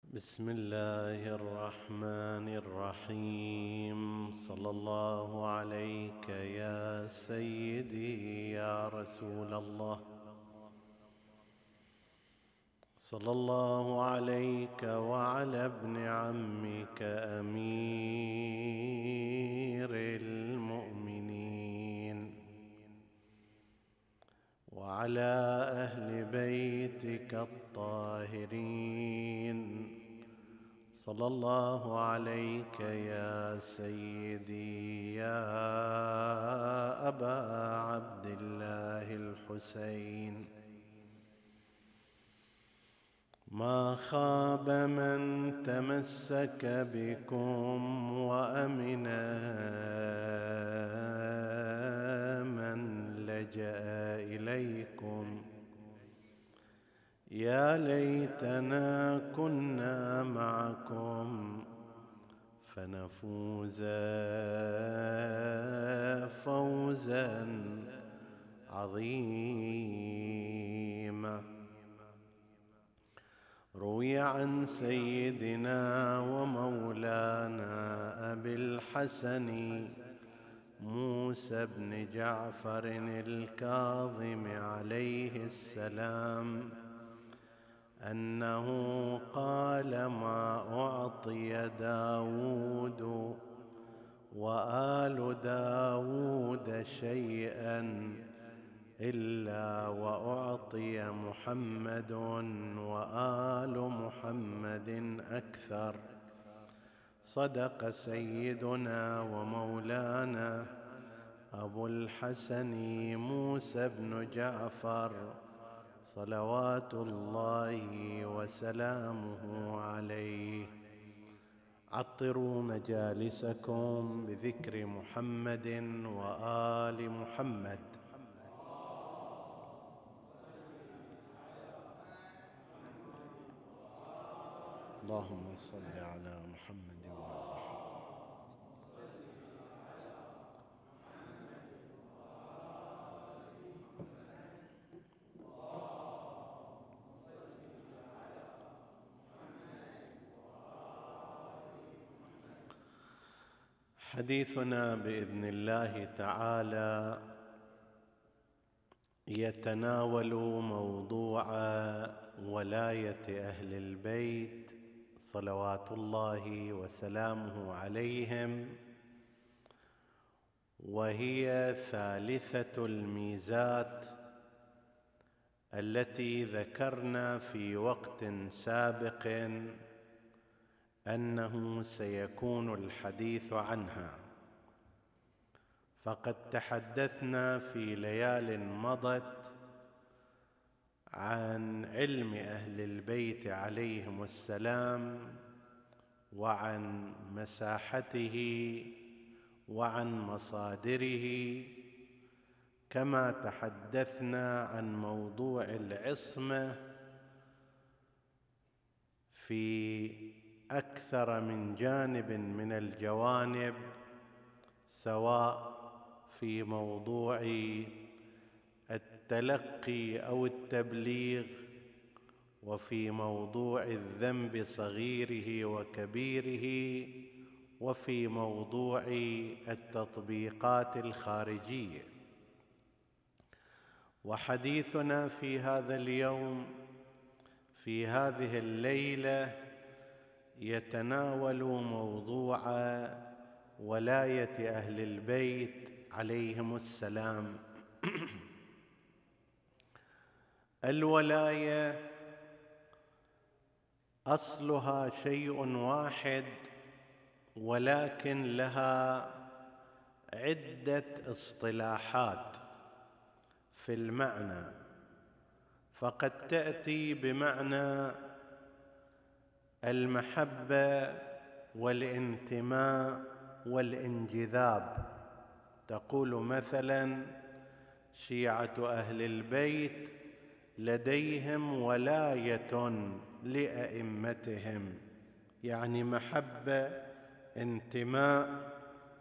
بسم الله الرحمن الرحيم. صلى الله عليك يا سيدي يا رسول الله، صلى الله عليك وعلى ابن عمك أمير المؤمنين وعلى أهل بيتك الطاهرين. صلى الله عليك يا سيدي يا أبا عبد الله الحسين. ما خاب من تمسك بكم وأمن من لجأ إليكم. يا ليتنا كنا معكم فنفوز فوزا عظيما. روي عن سيدنا ومولانا أبي الحسن موسى بن جعفر الكاظم عليه السلام أنه قال: ما أعطي داود وآل داود شيئا إلا وأعطي محمد وآل محمد أكثر. صدق سيدنا ومولانا أبو الحسن موسى بن جعفر صلوات الله وسلامه عليه. عطروا مجالسكم بذكر محمد وآل محمد. اللهم صل على محمد وآل محمد. حديثنا بإذن الله تعالى يتناول موضوع ولاية أهل البيت صلوات الله وسلامه عليهم، وهي ثالثة الميزات التي ذكرنا في وقت سابق أنه سيكون الحديث عنها. فقد تحدثنا في ليال مضت عن علم أهل البيت عليهم السلام وعن مساحته وعن مصادره، كما تحدثنا عن موضوع العصمة في أكثر من جانب من الجوانب، سواء في موضوع التلقي أو التبليغ، وفي موضوع الذنب صغيره وكبيره، وفي موضوع التطبيقات الخارجية. وحديثنا في هذا اليوم في هذه الليلة يتناول موضوع ولاية أهل البيت عليهم السلام. الولاية أصلها شيء واحد، ولكن لها عدة اصطلاحات في المعنى، فقد تأتي بمعنى المحبة والانتماء والانجذاب. تقول مثلا: شيعة أهل البيت لديهم ولاية لأئمتهم، يعني محبة، انتماء،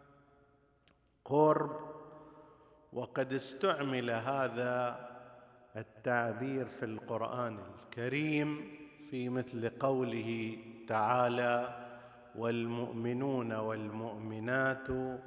قرب. وقد استعمل هذا التعبير في القرآن الكريم في مثل قوله تعالى: والمؤمنون والمؤمنات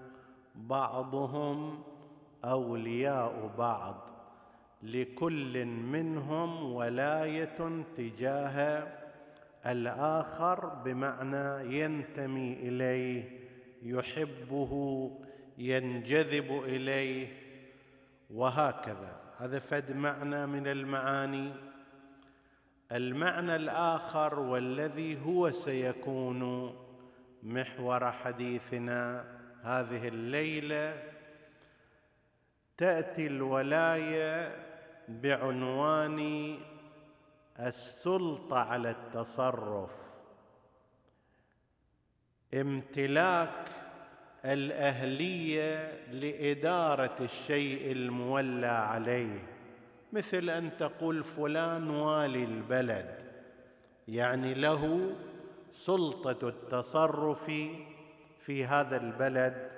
بعضهم أولياء بعض لكل منهم ولاية تجاه الآخر، بمعنى ينتمي إليه، يحبه، ينجذب إليه، وهكذا. هذا فد معنى من المعاني. المعنى الآخر والذي هو سيكون محور حديثنا هذه الليلة، تأتي الولاية بعنوان السلطة على التصرف، امتلاك الأهلية لإدارة الشيء المولى عليه، مثل أن تقول فلان والي البلد، يعني له سلطة التصرف في هذا البلد.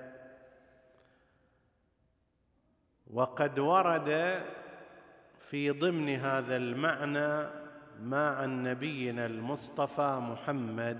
وقد ورد في ضمن هذا المعنى ما عن نبينا المصطفى محمد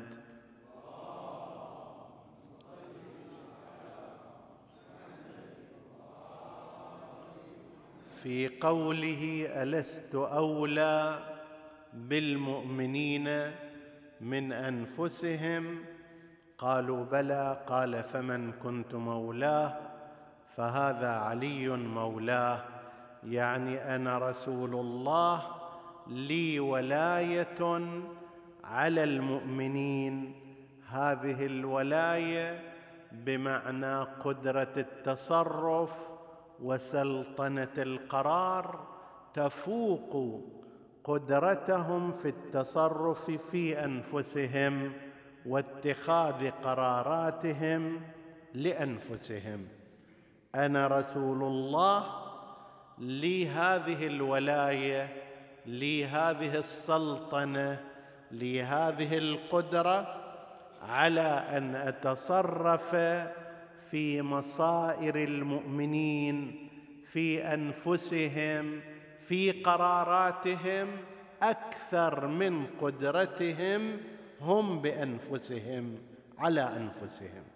في قوله: ألست أولى بالمؤمنين من أنفسهم؟ قالوا بلى. قال: فمن كنت مولاه فهذا علي مولاه، يعني أنا رسول الله، لي ولاية على المؤمنين. هذه الولاية بمعنى قدرة التصرف وسلطنة القرار تفوق قدرتهم في التصرف في أنفسهم واتخاذ قراراتهم لأنفسهم. أنا رسول الله، لي هذه الولاية، لي هذه السلطنة، لي هذه القدرة على أن أتصرف في مصائر المؤمنين، في أنفسهم، في قراراتهم، أكثر من قدرتهم هم بأنفسهم على أنفسهم.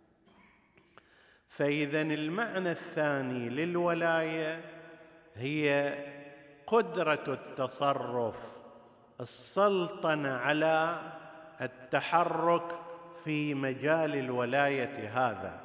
فإذا المعنى الثاني للولاية هي قدرة التصرف، السلطنة على التحرك في مجال الولاية هذا.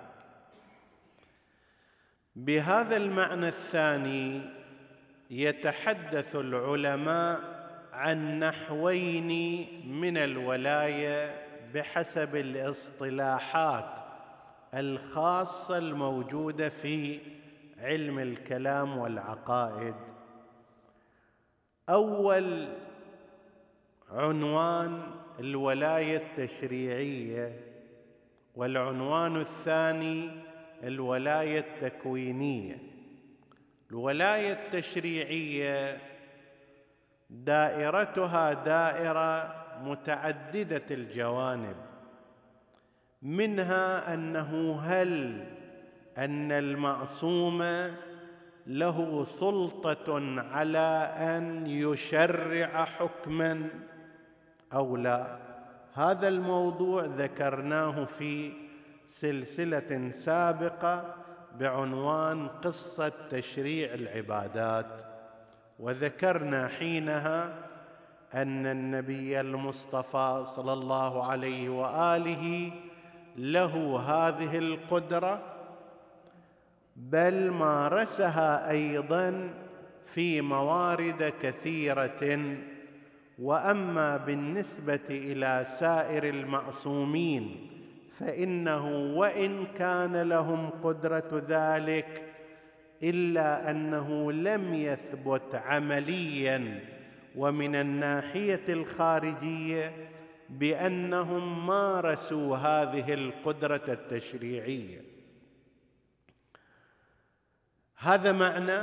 بهذا المعنى الثاني يتحدث العلماء عن نحوين من الولاية بحسب الاصطلاحات الخاصة الموجودة في علم الكلام والعقائد. أول عنوان الولاية التشريعية، والعنوان الثاني الولاية التكوينية. الولاية التشريعية دائرتها دائرة متعددة الجوانب، منها أنه هل أن المعصوم له سلطة على أن يشرع حكماً أو لا. هذا الموضوع ذكرناه في سلسلة سابقة بعنوان قصة تشريع العبادات، وذكرنا حينها أن النبي المصطفى صلى الله عليه وآله له هذه القدرة، بل مارسها أيضاً في موارد كثيرة. وأما بالنسبة إلى سائر المعصومين فإنه وإن كان لهم قدرة ذلك، إلا أنه لم يثبت عملياً ومن الناحية الخارجية بأنهم مارسوا هذه القدرة التشريعية. هذا معنى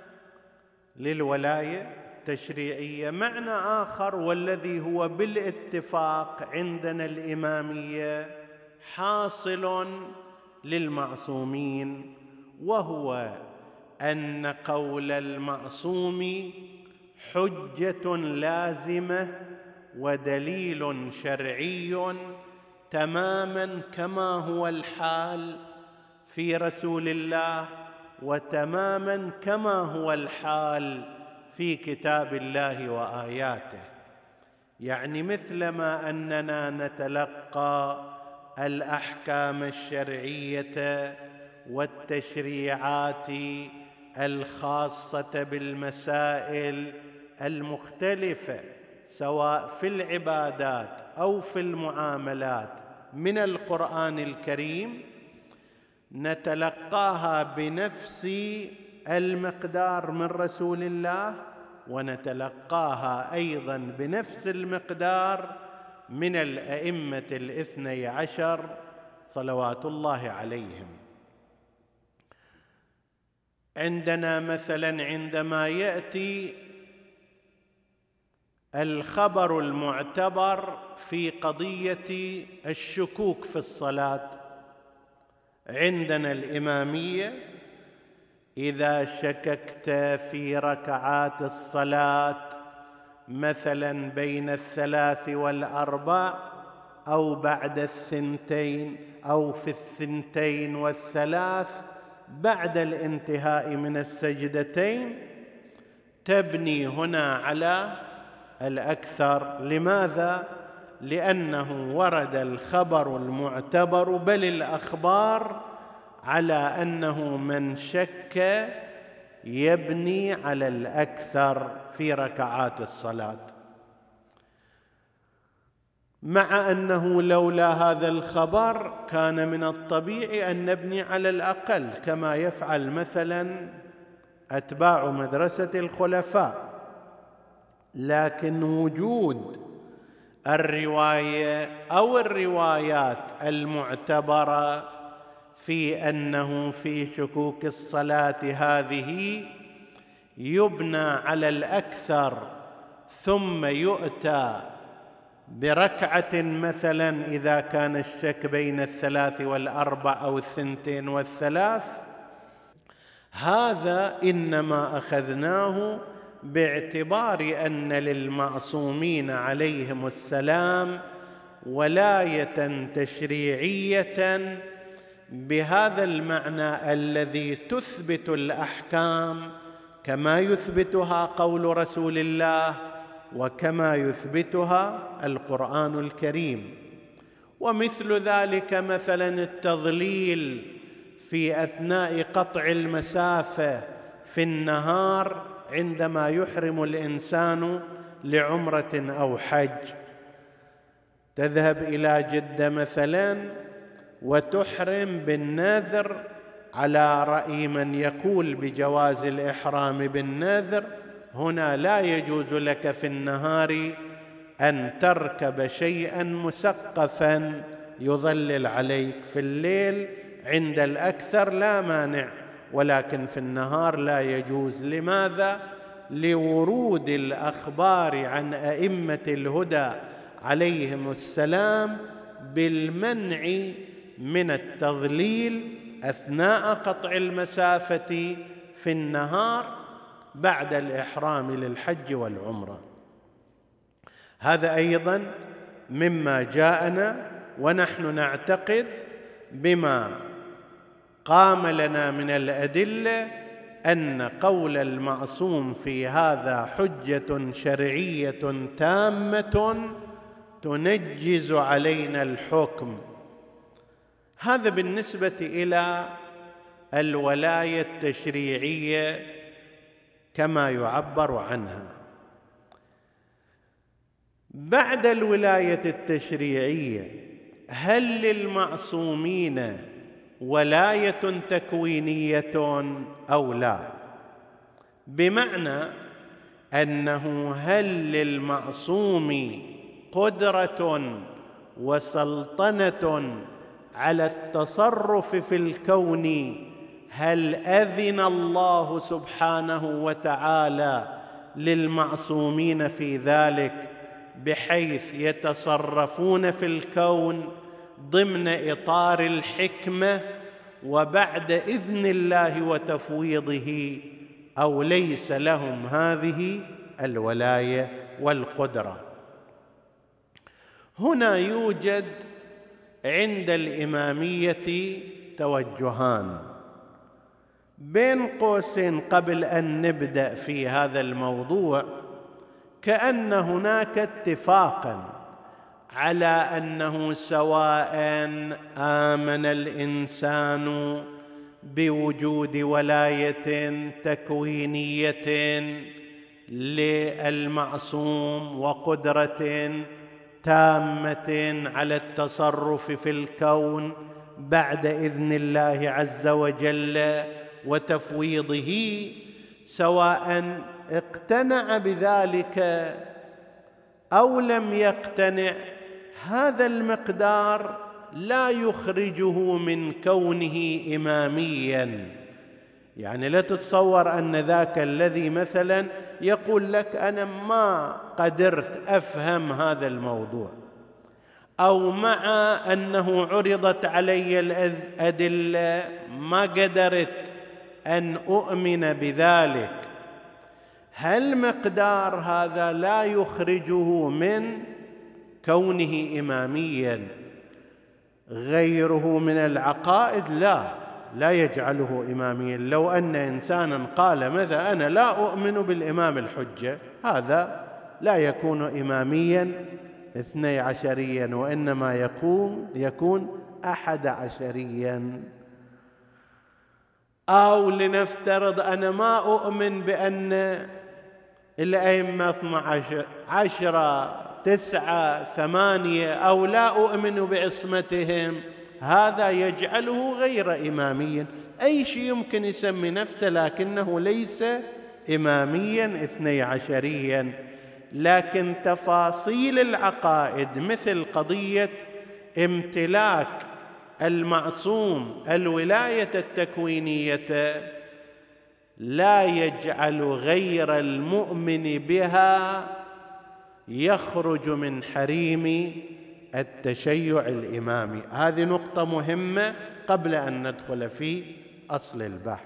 للولاية التشريعية. معنى آخر والذي هو بالاتفاق عندنا الإمامية حاصل للمعصومين، وهو أن قول المعصوم حجة لازمة ودليل شرعي تماما كما هو الحال في رسول الله، وتماما كما هو الحال في كتاب الله وآياته. يعني مثلما أننا نتلقى الأحكام الشرعية والتشريعات الخاصة بالمسائل المختلفة سواء في العبادات أو في المعاملات من القرآن الكريم، نتلقاها بنفس المقدار من رسول الله، ونتلقاها أيضاً بنفس المقدار من الأئمة 12 صلوات الله عليهم. عندنا مثلاً عندما يأتي الخبر المعتبر في قضية الشكوك في الصلاة، عندنا الإمامية: إذا شككت في ركعات الصلاة مثلا بين 3 و4 أو بعد 2 أو في 2 و3 بعد الانتهاء من السجدتين، تبني هنا على الأكثر. لماذا؟ لأنه ورد الخبر المعتبر بل الأخبار على أنه من شك يبني على الأكثر في ركعات الصلاة، مع أنه لولا هذا الخبر كان من الطبيعي أن نبني على الأقل، كما يفعل مثلا أتباع مدرسة الخلفاء. لكن وجود الرواية أو الروايات المعتبرة في أنه في شكوك الصلاة هذه يبنى على الأكثر، ثم يؤتى بركعة مثلا إذا كان الشك بين 3 و4 أو 2 و3، هذا إنما أخذناه باعتبار أن للمعصومين عليهم السلام ولاية تشريعية بهذا المعنى الذي تثبت الأحكام كما يثبتها قول رسول الله وكما يثبتها القرآن الكريم. ومثل ذلك مثلا التضليل في أثناء قطع المسافة في النهار عندما يحرم الإنسان لعمرة أو حج، تذهب إلى جدة مثلا وتحرم بالنذر، على رأي من يقول بجواز الإحرام بالنذر، هنا لا يجوز لك في النهار أن تركب شيئا مسقفا يظلل عليك. في الليل عند الأكثر لا مانع، ولكن في النهار لا يجوز. لماذا؟ لورود الأخبار عن أئمة الهدى عليهم السلام بالمنع من التضليل أثناء قطع المسافة في النهار بعد الإحرام للحج والعمرة. هذا أيضا مما جاءنا، ونحن نعتقد بما قام لنا من الأدلة أن قول المعصوم في هذا حجة شرعية تامة تنجز علينا الحكم. هذا بالنسبة إلى الولاية التشريعية كما يعبر عنها. بعد الولاية التشريعية هل للمعصومين ولاية تكوينية أو لا؟ بمعنى أنه هل للمعصوم قدرة وسلطنة على التصرف في الكون؟ هل أذن الله سبحانه وتعالى للمعصومين في ذلك بحيث يتصرفون في الكون ضمن إطار الحكمة وبعد إذن الله وتفويضه، أو ليس لهم هذه الولاية والقدرة؟ هنا يوجد عند الإمامية توجهان، بين قوسين قبل أن نبدأ في هذا الموضوع، كأن هناك اتفاقاً على أنه سواء آمن الإنسان بوجود ولاية تكوينية للمعصوم وقدرة تامة على التصرف في الكون بعد إذن الله عز وجل وتفويضه، سواء اقتنع بذلك أو لم يقتنع، هذا المقدار لا يخرجه من كونه إمامياً. يعني لا تتصور أن ذاك الذي مثلاً يقول لك أنا ما قدرت أفهم هذا الموضوع، أو مع أنه عرضت علي الأدلة ما قدرت أن أؤمن بذلك، هل مقدار هذا لا يخرجه من كونه إمامياً؟ غيره من العقائد لا يجعله إمامياً. لو أن إنساناً قال مثلا أنا لا أؤمن بالإمام الحجة، هذا لا يكون إمامياً 12 وإنما يكون 11. أو لنفترض أنا ما أؤمن بأن الأئمة 12 10 9 8 أو لا أؤمن بعصمتهم، هذا يجعله غير إماميا. أي شيء يمكن يسمي نفسه لكنه ليس إماميا 12. لكن تفاصيل العقائد مثل قضية امتلاك المعصوم الولاية التكوينية لا يجعل غير المؤمن بها يخرج من حريم التشيع الإمامي. هذه نقطة مهمة قبل أن ندخل في أصل البحث.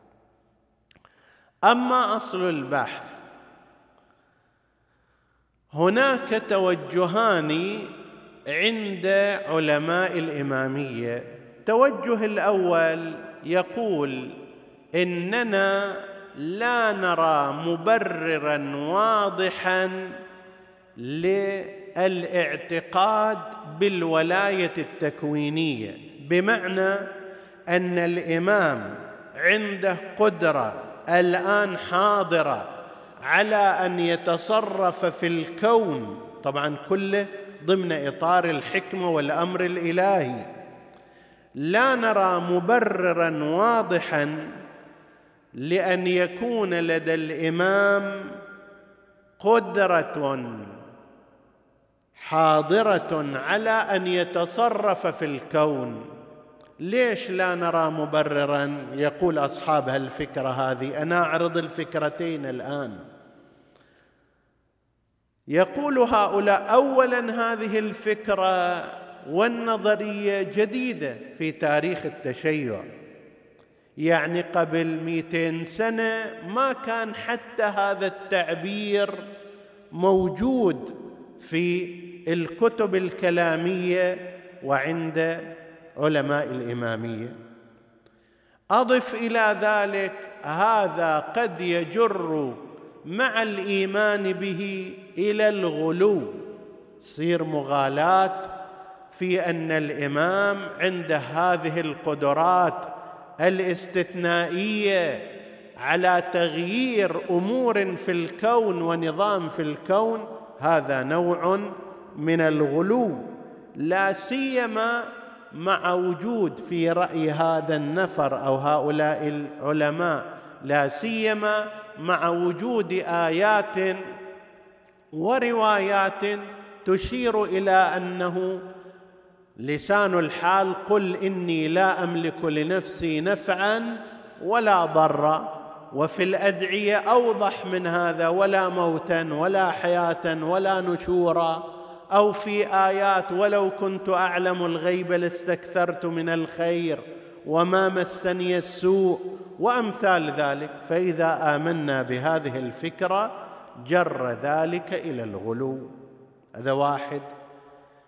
أما أصل البحث، هناك توجهان عند علماء الإمامية. التوجه الأول يقول إننا لا نرى مبرراً واضحاً للاعتقاد بالولاية التكوينية، بمعنى أن الإمام عنده قدرة الآن حاضرة على أن يتصرف في الكون، طبعاً كله ضمن إطار الحكمة والأمر الإلهي. لا نرى مبرراً واضحاً لأن يكون لدى الإمام قدرة حاضرة على أن يتصرف في الكون. ليش لا نرى مبرراً؟ يقول أصحاب هالفكرة هذه، أنا أعرض الفكرتين الآن. يقول هؤلاء أولاً هذه الفكرة والنظرية جديدة في تاريخ التشيع، يعني قبل 200 سنة ما كان حتى هذا التعبير موجود في الكتب الكلامية وعند علماء الإمامية. أضف إلى ذلك هذا قد يجر مع الإيمان به إلى الغلو، يصير مغالاة في أن الإمام عنده هذه القدرات الاستثنائية على تغيير أمور في الكون ونظام في الكون. هذا نوع من الغلو، لا سيما مع وجود في رأي هذا النفر أو هؤلاء العلماء، لا سيما مع وجود آيات وروايات تشير إلى أنه لسان الحال قل إني لا أملك لنفسي نفعاً ولا ضرا، وفي الأدعية أوضح من هذا، ولا موتاً ولا حياة ولا نشورا، أو في آيات ولو كنت أعلم الغيب لاستكثرت من الخير وما مسني السوء، وأمثال ذلك. فإذا آمنا بهذه الفكرة جر ذلك إلى الغلو. هذا واحد.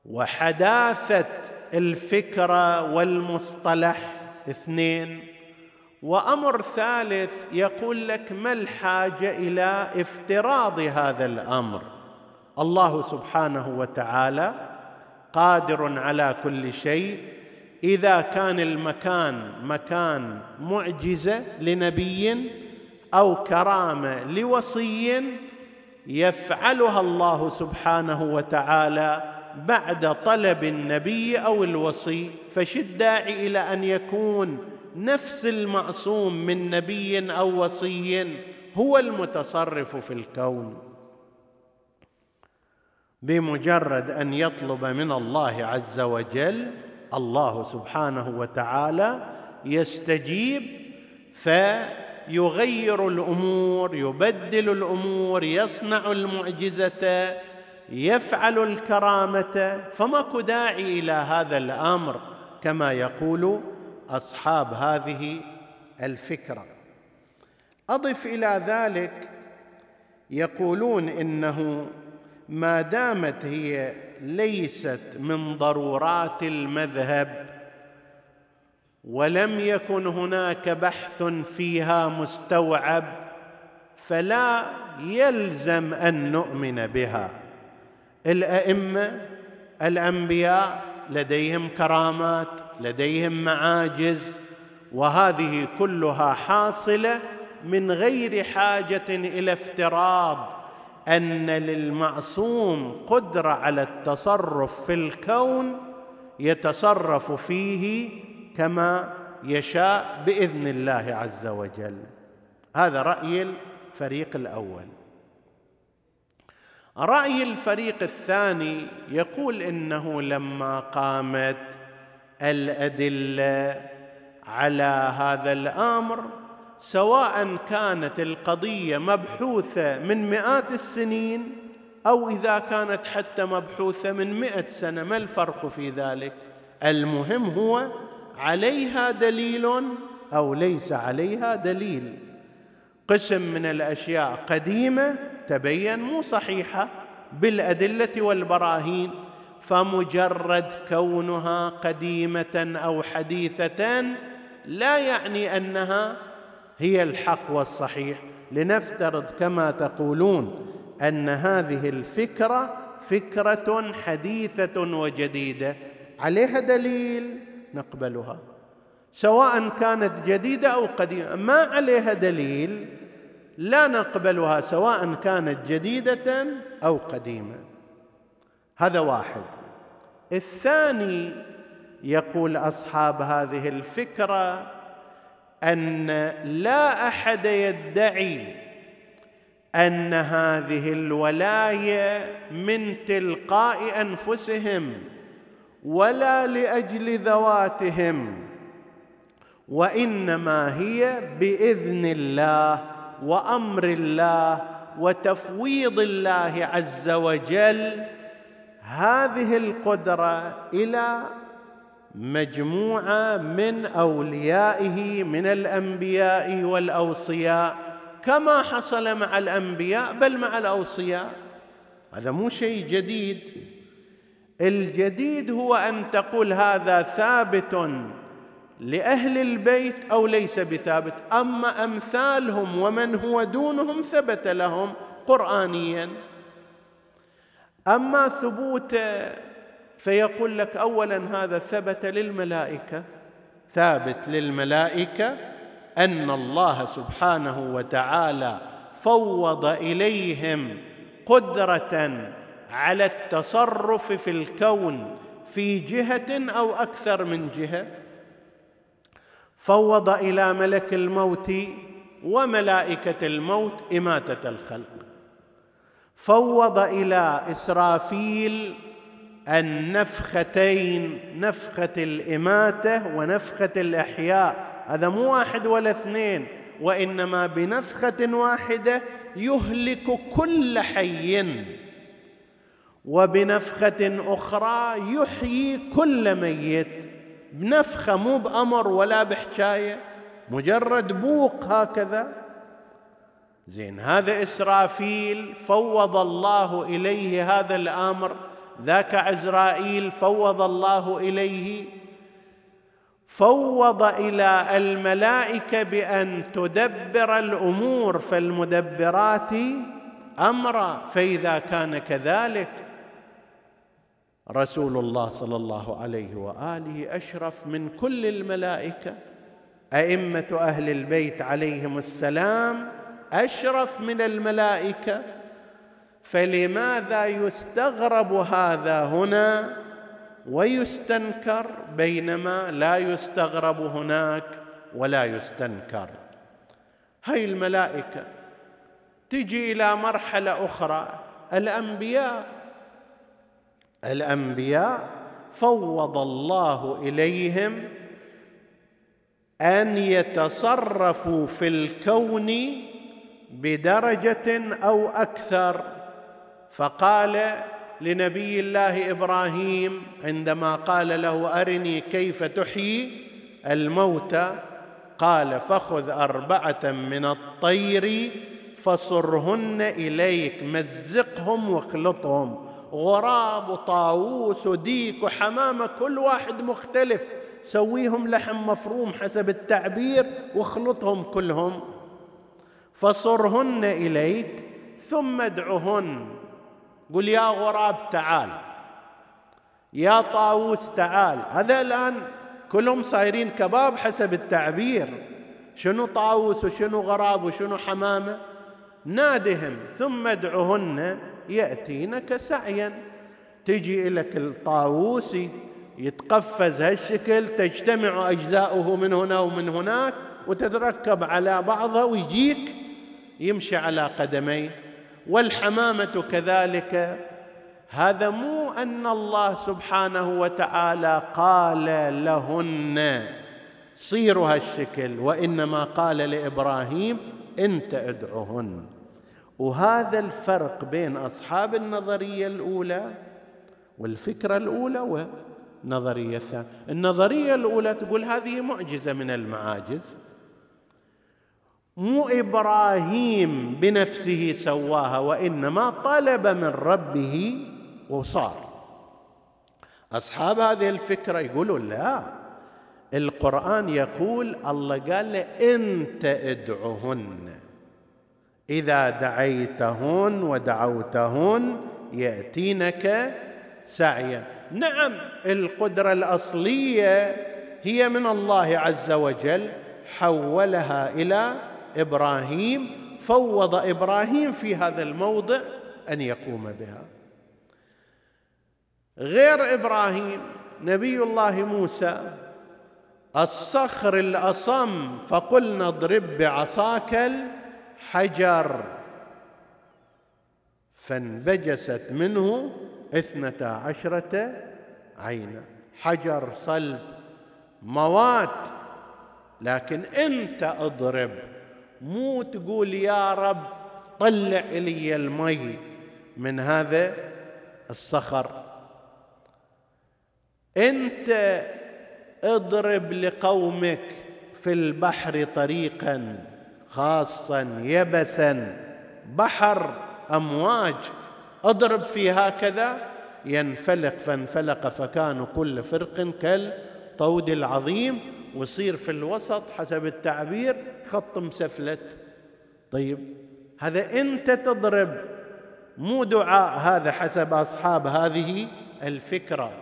وحداثة الفكرة والمصطلح 2. وأمر ثالث يقول لك ما الحاجة إلى افتراض هذا الأمر. الله سبحانه وتعالى قادر على كل شيء. إذا كان المكان مكان معجزة لنبي أو كرامة لوصي يفعلها الله سبحانه وتعالى بعد طلب النبي أو الوصي، فش الداعي إلى أن يكون نفس المعصوم من نبي أو وصي هو المتصرف في الكون؟ بمجرد أن يطلب من الله عز وجل الله سبحانه وتعالى يستجيب، فيغير الأمور، يبدل الأمور، يصنع المعجزة، يفعل الكرامة. فماكو داعي إلى هذا الأمر كما يقول أصحاب هذه الفكرة. أضف إلى ذلك يقولون إنه ما دامت هي ليست من ضرورات المذهب ولم يكن هناك بحث فيها مستوعب فلا يلزم أن نؤمن بها. الأئمة الأنبياء لديهم كرامات، لديهم معاجز، وهذه كلها حاصلة من غير حاجة إلى افتراض أن للمعصوم قدرة على التصرف في الكون يتصرف فيه كما يشاء بإذن الله عز وجل. هذا رأي الفريق الأول. رأي الفريق الثاني يقول إنه لما قامت الأدلة على هذا الأمر، سواء كانت القضية مبحوثة من مئات السنين أو إذا كانت حتى مبحوثة من 100 سنة، ما الفرق في ذلك؟ المهم هو عليها دليل أو ليس عليها دليل. قسم من الأشياء قديمة تبين مو صحيحة بالأدلة والبراهين، فمجرد كونها قديمة أو حديثة لا يعني أنها هي الحق والصحيح. لنفترض كما تقولون أن هذه الفكرة فكرة حديثة وجديدة، عليها دليل نقبلها، سواء كانت جديدة أو قديمة. ما عليها دليل لا نقبلها، سواء كانت جديدة أو قديمة. هذا واحد. الثاني يقول أصحاب هذه الفكرة أن لا أحد يدعي أن هذه الولاية من تلقاء أنفسهم ولا لأجل ذواتهم، وإنما هي بإذن الله وأمر الله وتفويض الله عز وجل هذه القدرة إلى مجموعة من أوليائه من الأنبياء والأوصياء، كما حصل مع الأنبياء بل مع الأوصياء. هذا مو شيء جديد. الجديد هو أن تقول هذا ثابت لأهل البيت أو ليس بثابت. أما أمثالهم ومن هو دونهم ثبت لهم قرآنيا. أما ثبوت فيقول لك أولا هذا ثبت للملائكة، ثابت للملائكة أن الله سبحانه وتعالى فوض إليهم قدرة على التصرف في الكون في جهة أو أكثر من جهة. فوض إلى ملك الموت وملائكة الموت إماتة الخلق، فوض إلى إسرافيل النفختين، نفخة الإماتة ونفخة الإحياء. هذا مو واحد ولا اثنين، وإنما بنفخة واحدة يهلك كل حي، وبنفخة أخرى يحيي كل ميت، بنفخة مو بأمر ولا بحكاية، مجرد بوق هكذا. زين، هذا إسرافيل فوض الله إليه هذا الأمر ذاك عزرائيل فوض الله إليه، فوض إلى الملائكة بأن تدبر الأمور، فالمدبرات أمرا. فإذا كان كذلك رسول الله صلى الله عليه وآله أشرف من كل الملائكة، أئمة أهل البيت عليهم السلام أشرف من الملائكة، فلماذا يستغرب هذا هنا ويستنكر بينما لا يستغرب هناك ولا يستنكر؟ هاي الملائكة تجي إلى مرحلة أخرى، الأنبياء فوض الله إليهم أن يتصرفوا في الكون بدرجة أو أكثر. فقال لنبي الله إبراهيم عندما قال له أرني كيف تحيي الموتى، قال فخذ 4 من الطير فصرهن إليك، مزقهم واخلطهم، غراب وطاووس وديك وحمامة كل واحد مختلف، سويهم لحم مفروم حسب التعبير واخلطهم كلهم، فصرهن إليك ثم ادعهن، قل يا غراب تعال، يا طاووس تعال. هذا الآن كلهم صايرين كباب حسب التعبير، شنو طاووس وشنو غراب وشنو حمامة، نادهم ثم ادعهن يأتينك سعيا. تجي لك الطاووس يتقفز هالشكل، تجتمع أجزاؤه من هنا ومن هناك وتتركب على بعضها ويجيك يمشي على قدميه، والحمامة كذلك. هذا مو أن الله سبحانه وتعالى قال لهن صيروا هالشكل، وإنما قال لإبراهيم أنت ادعهن. وهذا الفرق بين أصحاب النظرية الأولى والفكرة الأولى والنظرية الثانية. النظرية الأولى تقول هذه معجزة من المعاجز، مو إبراهيم بنفسه سواها، وإنما طلب من ربه وصار. أصحاب هذه الفكرة يقولوا لا، القرآن يقول الله قال له أنت ادعهن، إذا دعيتهن ودعوتهن يأتينك سعيا. نعم القدرة الأصلية هي من الله عز وجل، حولها إلى إبراهيم، فوض إبراهيم في هذا الموضع أن يقوم بها. غير إبراهيم نبي الله موسى، الصخر الأصم فقلنا اضرب بعصاك الحجر فانبجست منه 12 عينا، حجر صلب موات. لكن أنت اضرب، مو تقول يا رب طلع إلي المي من هذا الصخر، أنت اضرب لقومك في البحر طريقا خاصا يبسا، بحر أمواج، اضرب في هكذا ينفلق، فانفلق فكانوا كل فرق كالطود العظيم، ويصير في الوسط حسب التعبير خط مسفلت. طيب هذا أنت تضرب، مو دعاء هذا حسب أصحاب هذه الفكرة.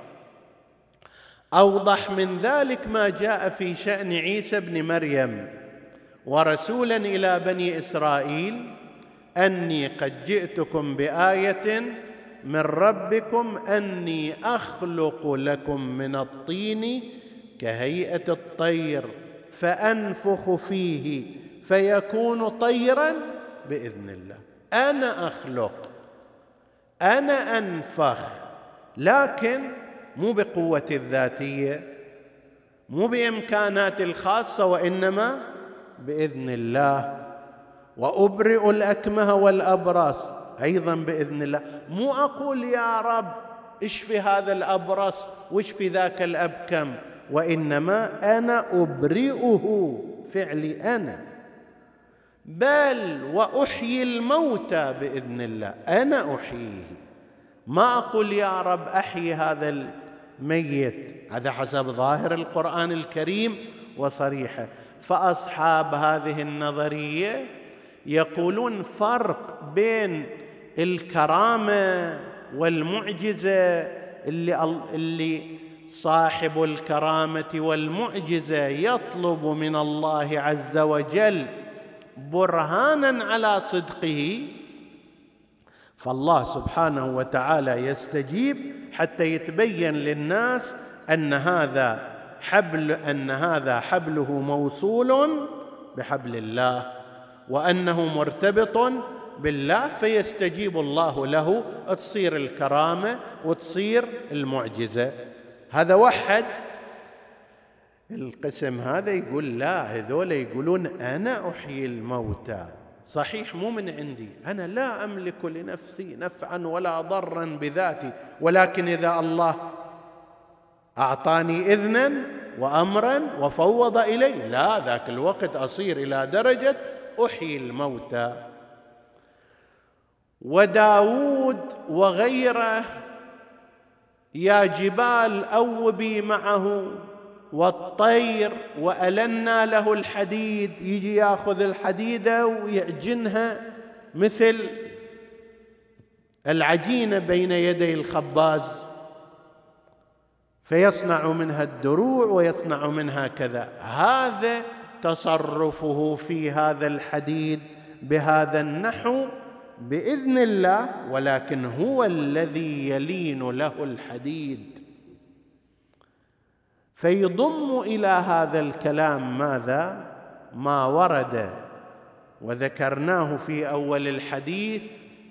أوضح من ذلك ما جاء في شأن عيسى بن مريم ورسولا إلى بني إسرائيل، أني قد جئتكم بآية من ربكم أني أخلق لكم من الطين كهيئة الطير فأنفخ فيه فيكون طيرا بإذن الله. أنا أخلق، أنا أنفخ، لكن مو بقوتي الذاتية، مو بإمكاناتي الخاصة، وإنما بإذن الله. وأبرئ الأكمه والأبرص أيضا بإذن الله. مو أقول يا رب اشفي هذا الأبرص واشفي ذاك الأبكم، وإنما أنا أبرئه، فعلي أنا. بل وأحيي الموتى بإذن الله، أنا أحييه، ما أقول يا رب أحيي هذا الميت، هذا حسب ظاهر القرآن الكريم وصريحه. فأصحاب هذه النظرية يقولون فرق بين الكرامة والمعجزة، اللي صاحب الكرامة والمعجزة يطلب من الله عز وجل برهانا على صدقه، فالله سبحانه وتعالى يستجيب حتى يتبين للناس أن هذا حبله موصول بحبل الله وأنه مرتبط بالله، فيستجيب الله له، تصير الكرامة وتصير المعجزة. هذا وحد. القسم هذا يقول لا، هذول يقولون أنا أحيي الموتى، صحيح مو من عندي، أنا لا أملك لنفسي نفعا ولا ضرا بذاتي، ولكن إذا الله أعطاني إذنا وأمرا وفوض إلي، لا، ذاك الوقت أصير إلى درجة أحيي الموتى. وداود وغيره يا جبال أوبي معه، والطير وألنا له الحديد، يجي ياخذ الحديدة ويعجنها مثل العجينة بين يدي الخباز، فيصنع منها الدروع ويصنع منها كذا. هذا تصرفه في هذا الحديد بهذا النحو بإذن الله، ولكن هو الذي يلين له الحديد. فيضم إلى هذا الكلام ماذا؟ ما ورد وذكرناه في أول الحديث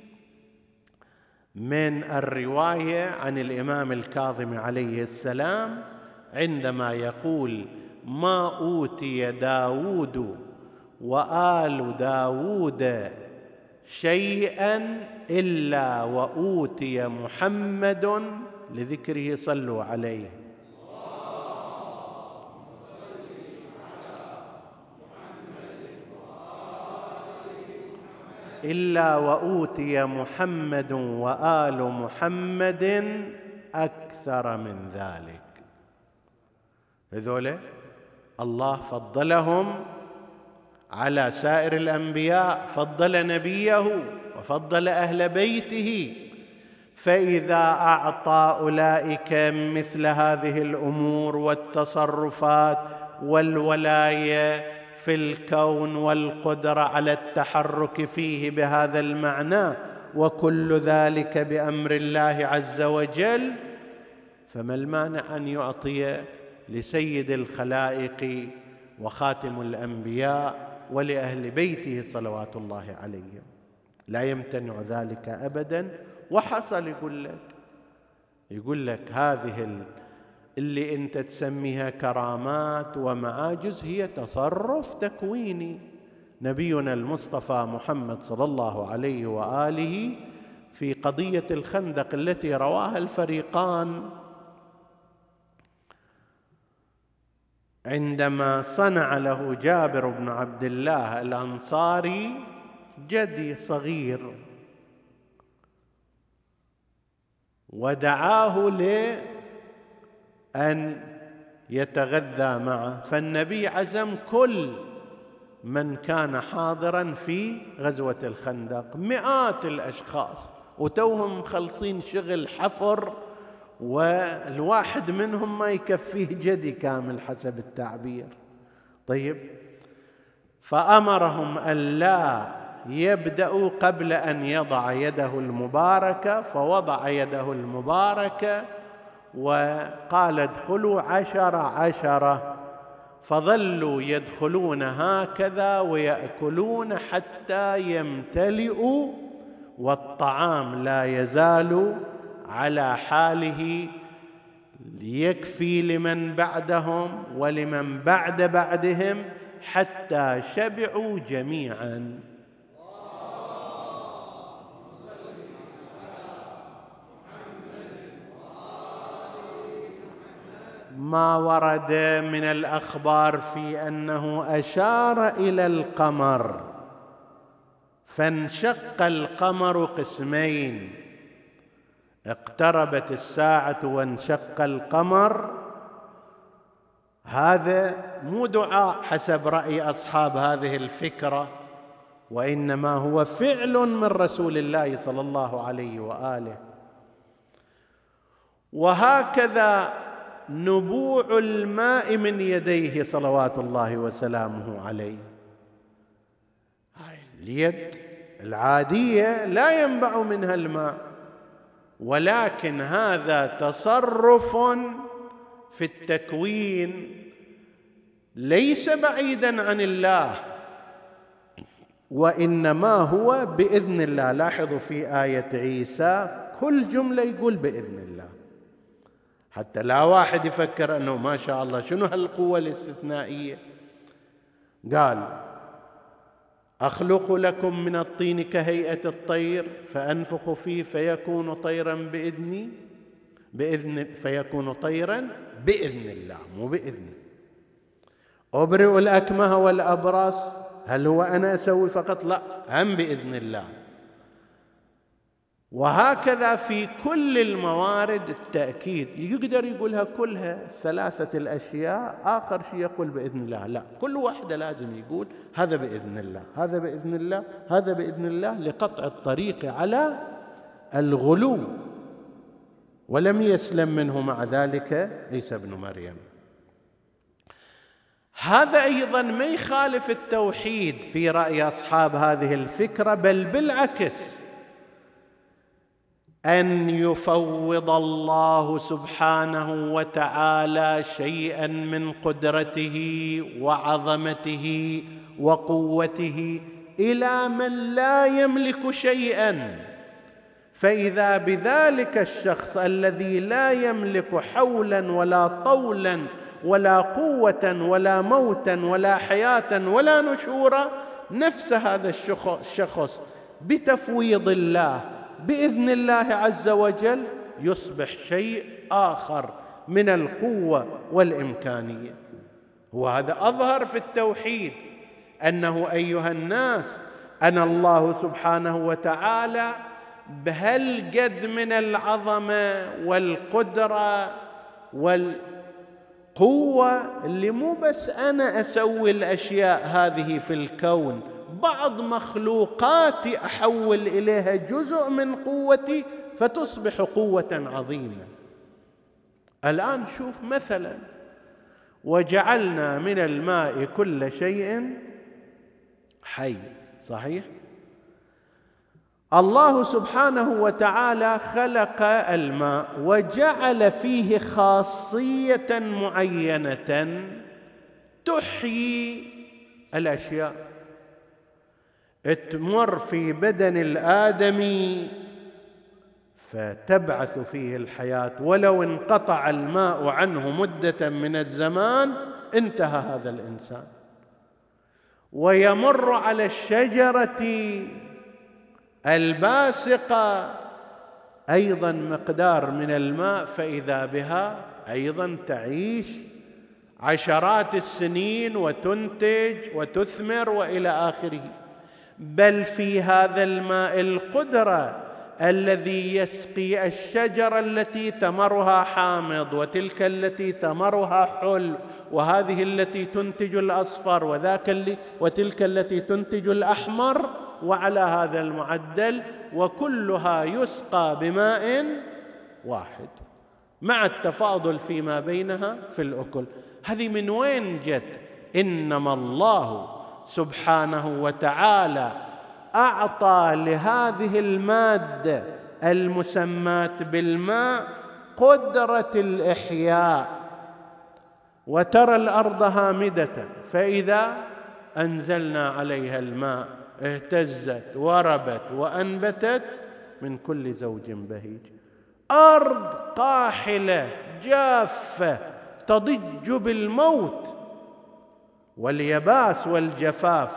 من الرواية عن الإمام الكاظم عليه السلام عندما يقول: ما أوتي داود وآل داود شيئا إلا وأوتي محمد لذكره، صلوا عليه. إلا وأوتي محمد وآل محمد أكثر من ذلك. هذول الله فضلهم على سائر الأنبياء، فضل نبيه وفضل أهل بيته، فإذا أعطى أولئك مثل هذه الأمور والتصرفات والولاية في الكون والقدرة على التحرك فيه بهذا المعنى، وكل ذلك بأمر الله عز وجل، فما المانع أن يعطي لسيد الخلائق وخاتم الأنبياء ولأهل بيته صلوات الله عليهم؟ لا يمتنع ذلك أبدا. وحصل يقول لك هذه اللي أنت تسميها كرامات ومعاجز هي تصرف تكويني. نبينا المصطفى محمد صلى الله عليه وآله في قضية الخندق التي رواها الفريقان، عندما صنع له جابر بن عبد الله الأنصاري جدي صغير ودعاه لأن يتغذى معه، فالنبي عزم كل من كان حاضرا في غزوة الخندق، مئات الأشخاص، وتوهم مخلصين شغل حفر، والواحد منهم ما يكفيه جدي كامل حسب التعبير. طيب، فأمرهم أن لا يبدأوا قبل أن يضع يده المباركة، فوضع يده المباركة وقال: ادخلوا 10 فظلوا يدخلون هكذا ويأكلون حتى يمتلئوا، والطعام لا يزال على حاله يكفي لمن بعدهم ولمن بعدهم حتى شبعوا جميعا. ما ورد من الأخبار في أنه أشار إلى القمر فانشق القمر قسمين، اقتربت الساعة وانشق القمر، هذا مو دعاء حسب رأي أصحاب هذه الفكرة، وإنما هو فعل من رسول الله صلى الله عليه وآله. وهكذا نبوع الماء من يديه صلوات الله وسلامه عليه. اليد العادية لا ينبع منها الماء، ولكن هذا تصرف في التكوين ليس بعيدا عن الله، وإنما هو بإذن الله. لاحظوا في آية عيسى كل جملة يقول بإذن الله، حتى لا واحد يفكر أنه ما شاء الله شنو هالقوة الاستثنائية. قال: أخلق لكم من الطين كهيئة الطير فأنفخ فيه فيكون طيرا فيكون طيرا بإذن الله، مو بإذنه. أبرئ الأكمه والأبرص، هل هو أنا أسوي فقط؟ لا، هم بإذن الله. وهكذا في كل الموارد التأكيد يقدر يقولها كلها، ثلاثة الأشياء آخر شيء يقول بإذن الله. لا، كل واحدة لازم يقول هذا بإذن الله، هذا بإذن الله، هذا بإذن الله، لقطع الطريق على الغلو. ولم يسلم منه مع ذلك عيسى ابن مريم. هذا أيضا ما يخالف التوحيد في رأي أصحاب هذه الفكرة، بل بالعكس، أن يفوض الله سبحانه وتعالى شيئا من قدرته وعظمته وقوته إلى من لا يملك شيئا، فإذا بذلك الشخص الذي لا يملك حولا ولا طولا ولا قوة ولا موتا ولا حياة ولا نشورا، نفس هذا الشخص بتفويض الله بإذن الله عز وجل يصبح شيء آخر من القوة والإمكانية. وهذا أظهر في التوحيد، أنه أيها الناس أنا الله سبحانه وتعالى بهالقد من العظمة والقدرة والقوة اللي مو بس أنا أسوي الأشياء هذه في الكون، بعض مخلوقاتي أحول إليها جزء من قوتي فتصبح قوة عظيمة. الآن شوف مثلا: وجعلنا من الماء كل شيء حي، صحيح؟ الله سبحانه وتعالى خلق الماء وجعل فيه خاصية معينة تحيي الأشياء، تمر في بدن الآدمي فتبعث فيه الحياة، ولو انقطع الماء عنه مدة من الزمان انتهى هذا الإنسان. ويمر على الشجرة الباسقة أيضا مقدار من الماء، فإذا بها أيضا تعيش عشرات السنين وتنتج وتثمر وإلى آخره. بل في هذا الماء القدرة الذي يسقي الشجرة التي ثمرها حامض، وتلك التي ثمرها حلو، وهذه التي تنتج الأصفر، وتلك التي تنتج الأحمر، وعلى هذا المعدل، وكلها يسقى بماء واحد مع التفاضل فيما بينها في الأكل. هذه من وين جت؟ إنما الله سبحانه وتعالى أعطى لهذه المادة المسماة بالماء قدرة الإحياء. وترى الأرض هامدة فإذا أنزلنا عليها الماء اهتزت وربت وأنبتت من كل زوج بهيج. أرض قاحلة جافة تضج بالموت واليباس والجفاف،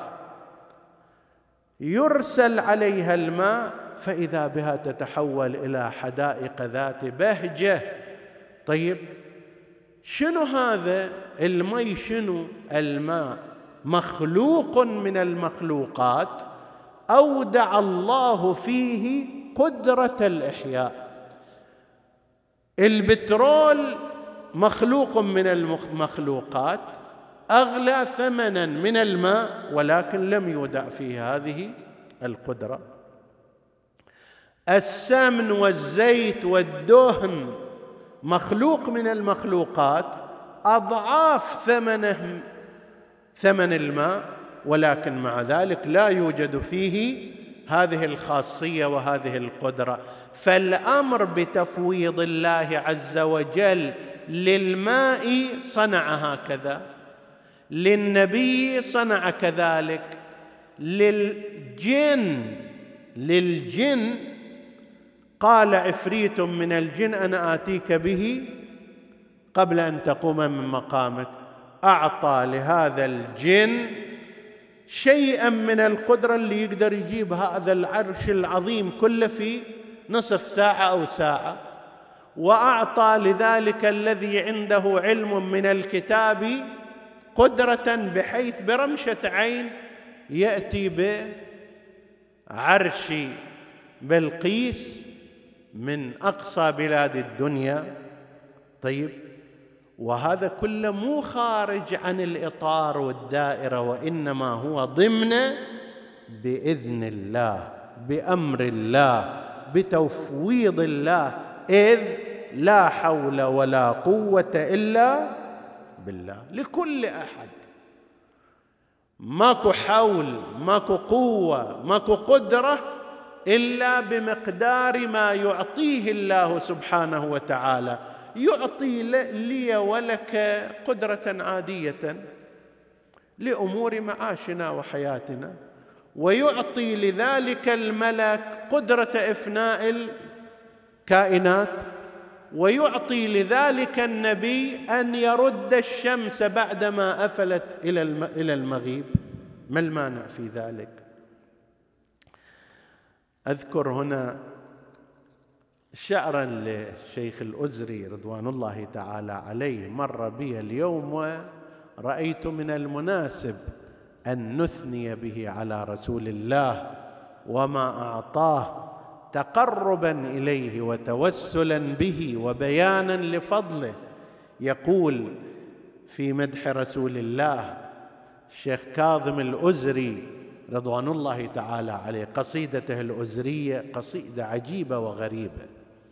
يرسل عليها الماء فإذا بها تتحول إلى حدائق ذات بهجة. طيب شنو هذا الماء؟ شنو الماء؟ مخلوق من المخلوقات أودع الله فيه قدرة الإحياء. البترول مخلوق من المخلوقات، أغلى ثمنا من الماء، ولكن لم يودع فيه هذه القدرة. السمن والزيت والدهن مخلوق من المخلوقات، أضعاف ثمنه ثمن الماء، ولكن مع ذلك لا يوجد فيه هذه الخاصية وهذه القدرة. فالأمر بتفويض الله عز وجل للماء صنع هكذا، للنبي صنع كذلك، للجن قال عفريت من الجن أنا آتيك به قبل أن تقوم من مقامك. أعطى لهذا الجن شيئا من القدرة اللي يقدر يجيب هذا العرش العظيم كله في نصف ساعة أو ساعة، وأعطى لذلك الذي عنده علم من الكتاب قدرة بحيث برمشة عين يأتي بعرش بلقيس من أقصى بلاد الدنيا. طيب، وهذا كله مو خارج عن الإطار والدائرة، وإنما هو ضمن بإذن الله، بأمر الله، بتفويض الله، إذ لا حول ولا قوة إلا بالله. لكل أحد ماكو حول، ماكو قوة، ماكو قدرة إلا بمقدار ما يعطيه الله سبحانه وتعالى. يعطي لي ولك قدرة عادية لأمور معاشنا وحياتنا، ويعطي لذلك الملك قدرة إفناء الكائنات، ويعطي لذلك النبي أن يرد الشمس بعدما أفلت إلى المغيب. ما المانع في ذلك؟ أذكر هنا شعرا للشيخ الأزري رضوان الله تعالى عليه مر بي اليوم، ورأيت من المناسب أن نثني به على رسول الله وما أعطاه تقربا إليه وتوسلا به وبيانا لفضله. يقول في مدح رسول الله الشيخ كاظم الأزري رضوان الله تعالى عليه، قصيدته الأزرية قصيدة عجيبة وغريبة: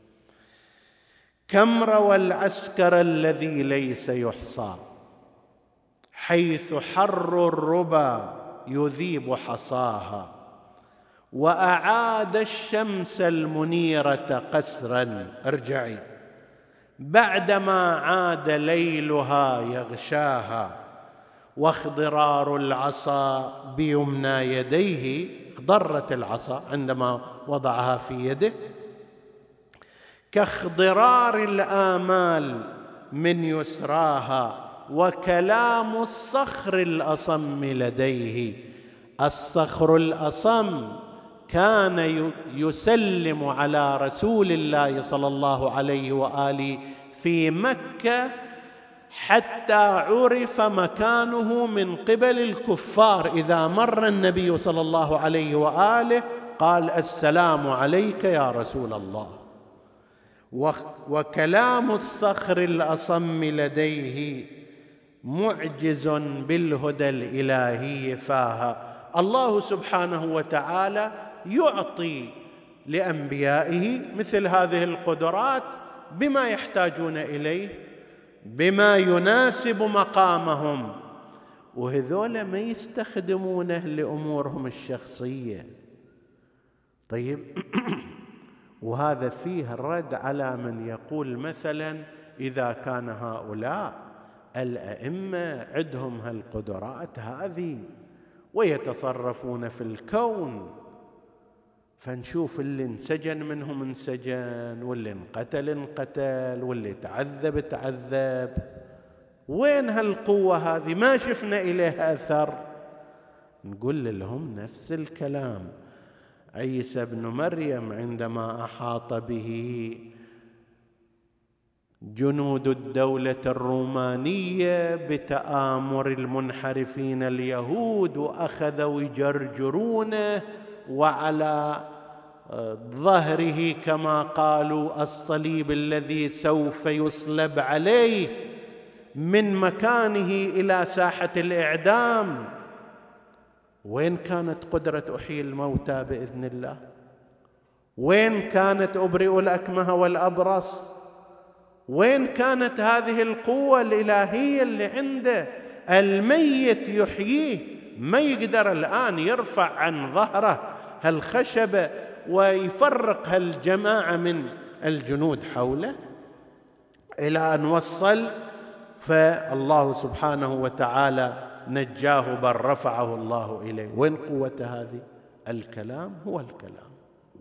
كم روى العسكر الذي ليس يحصى، حيث حر الربا يذيب حصاها، وأعاد الشمس المنيرة قسرا، ارجعي، بعدما عاد ليلها يغشاها، واخضرار العصا بيمنى يديه، اخضرت العصا عندما وضعها في يده، كاخضرار الآمال من يسراها، وكلام الصخر الأصم لديه. الصخر الأصم كان يسلم على رسول الله صلى الله عليه وآله في مكة حتى عرف مكانه من قبل الكفار. إذا مر النبي صلى الله عليه وآله قال السلام عليك يا رسول الله. وكلام الصخر الأصم لديه معجز بالهدى الإلهي فاها. الله سبحانه وتعالى يعطي لأنبيائه مثل هذه القدرات بما يحتاجون إليه، بما يناسب مقامهم، وهذول ما يستخدمونه لأمورهم الشخصية. طيب وهذا فيه الرد على من يقول مثلا إذا كان هؤلاء الأئمة عندهم هالقدرات هذه ويتصرفون في الكون، فنشوف اللي انسجن منهم انسجن، واللي انقتل انقتل، واللي تعذب تعذب، وين هالقوة هذه؟ ما شفنا إليها أثر. نقول لهم نفس الكلام. عيسى بن مريم عندما أحاط به جنود الدولة الرومانية بتآمر المنحرفين اليهود، وأخذوا يجرجرونه وعلى ظهره كما قالوا الصليب الذي سوف يصلب عليه من مكانه إلى ساحة الإعدام. وين كانت قدرة أحيي الموتى بإذن الله؟ وين كانت أبرئ الأكمه والأبرص؟ وين كانت هذه القوة الإلهية اللي عنده؟ الميت يحييه، ما يقدر الآن يرفع عن ظهره هالخشبة ويفرق هالجماعة من الجنود حوله، إلى أن وصل فالله سبحانه وتعالى نجاه بل رفعه الله إليه. وين قوة هذه؟ الكلام هو الكلام.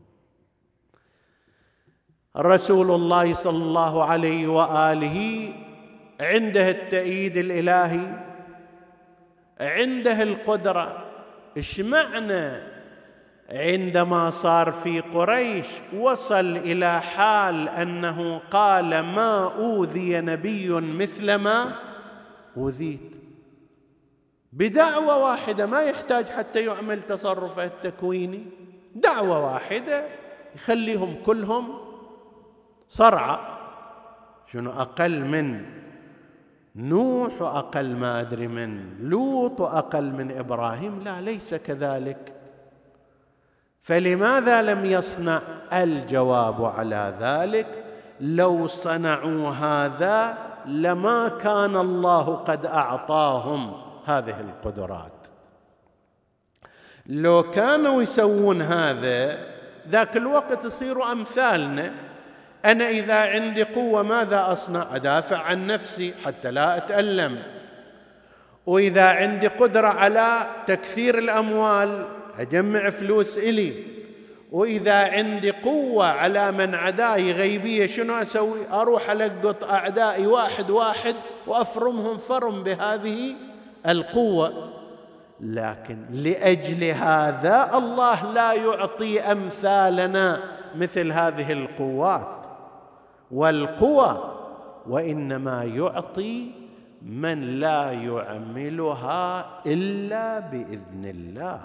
رسول الله صلى الله عليه وآله عنده التأييد الإلهي، عنده القدرة. إيش معنى عندما صار في قريش وصل إلى حال أنه قال ما أوذي نبي مثل ما أوذيت، بدعوة واحدة، ما يحتاج حتى يعمل تصرفه التكويني، دعوة واحدة يخليهم كلهم صرعى. شنو أقل من نوح وأقل ما أدري من لوط وأقل من إبراهيم؟ لا، ليس كذلك. فلماذا لم يصنع؟ الجواب على ذلك لو صنعوا هذا لما كان الله قد أعطاهم هذه القدرات. لو كانوا يسوون هذا ذاك الوقت يصيروا أمثالنا. أنا إذا عندي قوة ماذا أصنع؟ أدافع عن نفسي حتى لا أتألم، وإذا عندي قدرة على تكثير الأموال أجمع فلوس إلي، وإذا عندي قوة على من عدائي غيبية شنو أسوي؟ أروح ألقط أعدائي واحد واحد وأفرمهم فرم بهذه القوة. لكن لأجل هذا الله لا يعطي أمثالنا مثل هذه القوات والقوى، وإنما يعطي من لا يعملها إلا بإذن الله،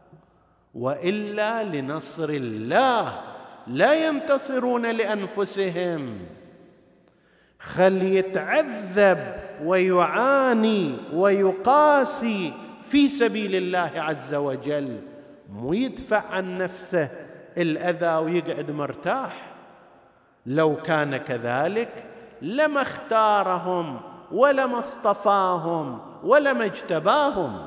وإلا لنصر الله. لا ينتصرون لأنفسهم، خل يتعذب ويعاني ويقاسي في سبيل الله عز وجل، مو يدفع عن نفسه الأذى ويقعد مرتاح. لو كان كذلك لما اختارهم ولما اصطفاهم ولما اجتباهم.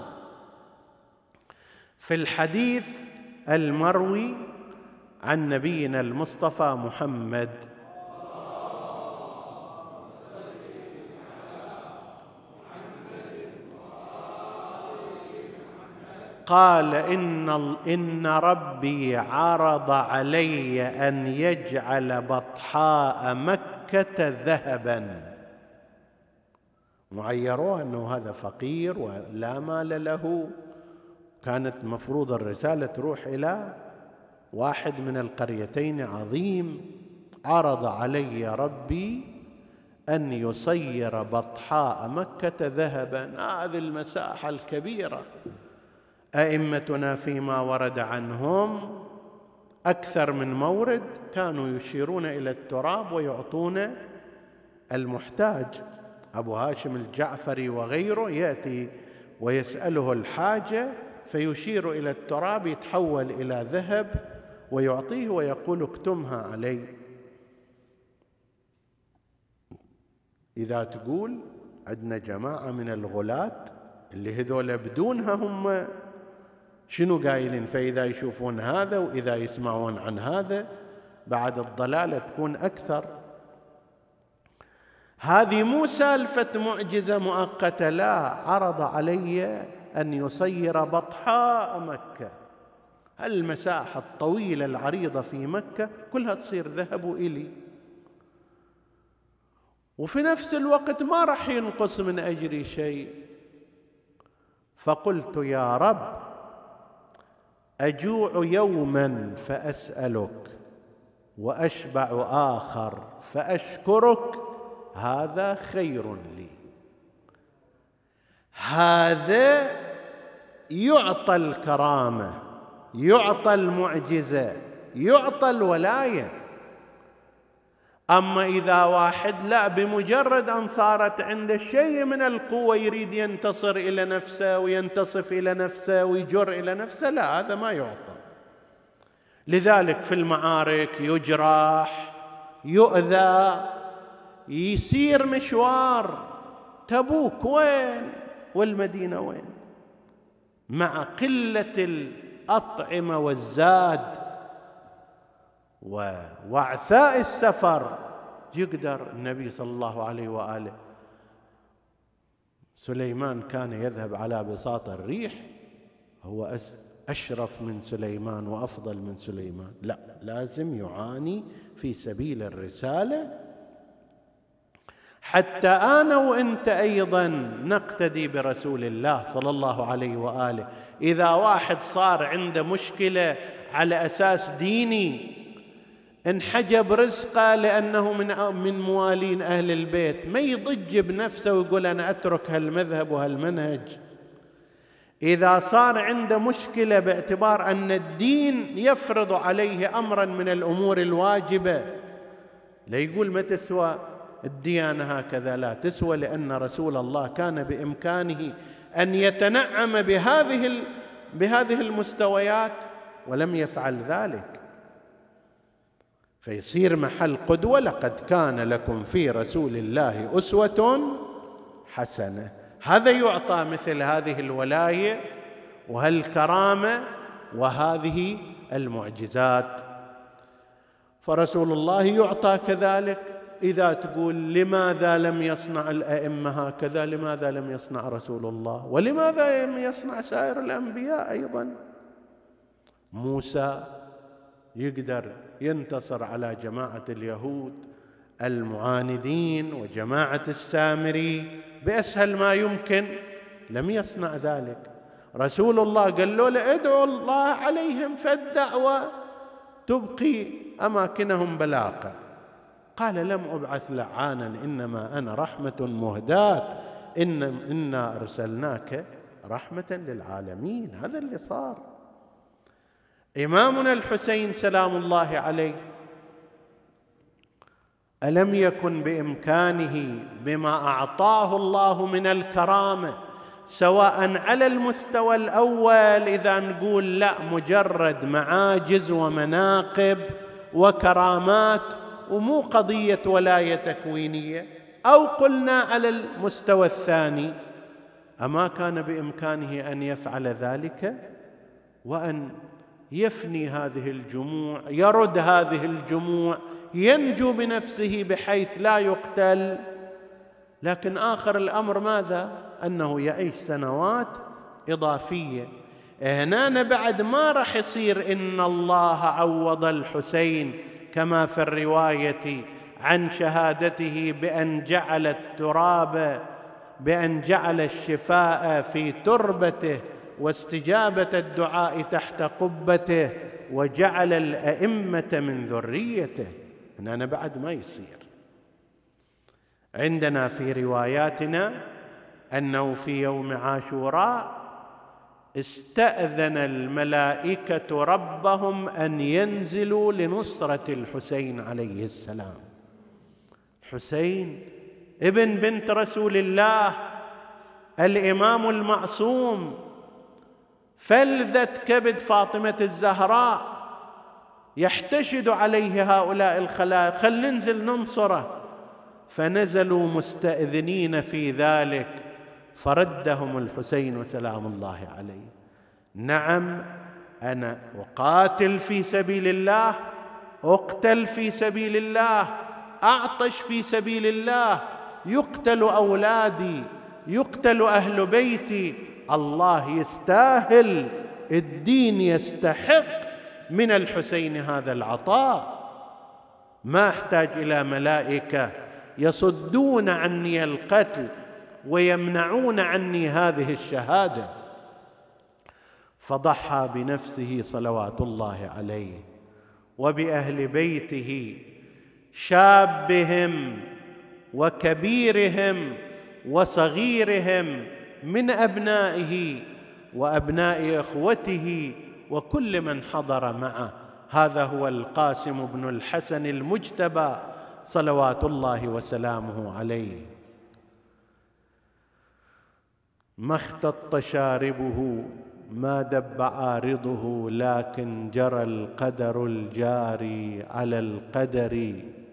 في الحديث المروي عن نبينا المصطفى محمد قال إن ربي عرض علي أن يجعل بطحاء مكة ذهبا. معيروه أنه هذا فقير ولا مال له، كانت مفروض الرسالة تروح إلى واحد من القريتين عظيم. عرض علي ربي أن يصير بطحاء مكة ذهبا. هذه المساحة الكبيرة، أئمتنا فيما ورد عنهم أكثر من مورد كانوا يشيرون إلى التراب ويعطون المحتاج. أبو هاشم الجعفري وغيره يأتي ويسأله الحاجة فيشير إلى التراب يتحول إلى ذهب ويعطيه ويقول اكتمها علي. إذا تقول عندنا جماعة من الغلاة اللي هذول بدونها هم شنو قايلين، فإذا يشوفون هذا وإذا يسمعون عن هذا بعد الضلالة تكون أكثر. هذه مو سالفة معجزة مؤقتة، لا، عرض علي أن يصير بطحاء مكة، المساحة الطويلة العريضة في مكة كلها تصير ذهب إلي، وفي نفس الوقت ما راح ينقص من أجري شيء. فقلت يا رب أجوع يوما فأسألك وأشبع آخر فأشكرك، هذا خير لي. هذا يعطى الكرامة، يعطى المعجزة، يعطى الولاية. أما إذا واحد لا، بمجرد أن صارت عنده شيء من القوة يريد ينتصر إلى نفسه وينتصف إلى نفسه ويجر إلى نفسه، لا، هذا ما يعطى. لذلك في المعارك يجرح، يؤذى، يسير مشوار. تبوك وين والمدينة وين؟ مع قلة الأطعمة والزاد ووعثاء السفر يقدر النبي صلى الله عليه وآله. سليمان كان يذهب على بساط الريح، هو أشرف من سليمان وأفضل من سليمان؟ لا، لازم يعاني في سبيل الرسالة. حتى أنا وإنت أيضا نقتدي برسول الله صلى الله عليه وآله. إذا واحد صار عنده مشكلة على أساس ديني، انحجب رزقه لأنه من موالين أهل البيت، ما يضج بنفسه ويقول أنا أترك هالمذهب وهالمنهج. إذا صار عنده مشكلة باعتبار أن الدين يفرض عليه أمرا من الأمور الواجبة، لا يقول ما تسوى الديانة هكذا، لا تسوى، لأن رسول الله كان بإمكانه أن يتنعم بهذه المستويات ولم يفعل ذلك، فيصير محل قدوة. لقد كان لكم في رسول الله أسوة حسنة. هذا يعطى مثل هذه الولاية وهالكرامة وهذه المعجزات. فرسول الله يعطى كذلك. إذا تقول لماذا لم يصنع الأئمة هكذا، لماذا لم يصنع رسول الله؟ ولماذا لم يصنع سائر الأنبياء أيضا؟ موسى يقدر ينتصر على جماعة اليهود المعاندين وجماعة السامري بأسهل ما يمكن، لم يصنع ذلك. رسول الله قال له ادعوا الله عليهم فالدعوة تبقي أماكنهم بلاقة. قال لم أبعث لعانا، إنما أنا رحمة مهداة، إنا أرسلناك رحمة للعالمين. هذا اللي صار. إمامنا الحسين سلام الله عليه، ألم يكن بإمكانه بما أعطاه الله من الكرامة، سواء على المستوى الأول إذا نقول لا مجرد معاجز ومناقب وكرامات ومو قضية ولاية تكوينية، أو قلنا على المستوى الثاني، أما كان بإمكانه أن يفعل ذلك وأن يفني هذه الجموع، يرد هذه الجموع، ينجو بنفسه بحيث لا يقتل. لكن آخر الأمر ماذا؟ أنه يعيش سنوات إضافية. هنا بعد ما راح يصير إن الله عوض الحسين كما في الرواية عن شهادته بأن جعل الشفاء في تربته واستجابة الدعاء تحت قبته وجعل الأئمة من ذريته. هنا بعد ما يصير. عندنا في رواياتنا أنه في يوم عاشوراء استأذن الملائكة ربهم أن ينزلوا لنصرة الحسين عليه السلام. حسين ابن بنت رسول الله، الإمام المعصوم، فلذة كبد فاطمة الزهراء، يحتشد عليه هؤلاء الخلائق، خل ننزل ننصره. فنزلوا مستأذنين في ذلك، فردهم الحسين سلام الله عليه: نعم، أنا أقاتل في سبيل الله، أقتل في سبيل الله، أعطش في سبيل الله، يقتل أولادي، يقتل أهل بيتي. الله يستاهل، الدين يستحق من الحسين هذا العطاء. ما أحتاج إلى ملائكة يصدون عني القتل ويمنعون عني هذه الشهادة. فضحى بنفسه صلوات الله عليه وبأهل بيته، شابهم وكبيرهم وصغيرهم من أبنائه وأبناء إخوته وكل من حضر معه، هذا هو القاسم بن الحسن المجتبى صلوات الله وسلامه عليه. ما اختط شاربه ما دب عارضه، لكن جرى القدر الجاري على القدر.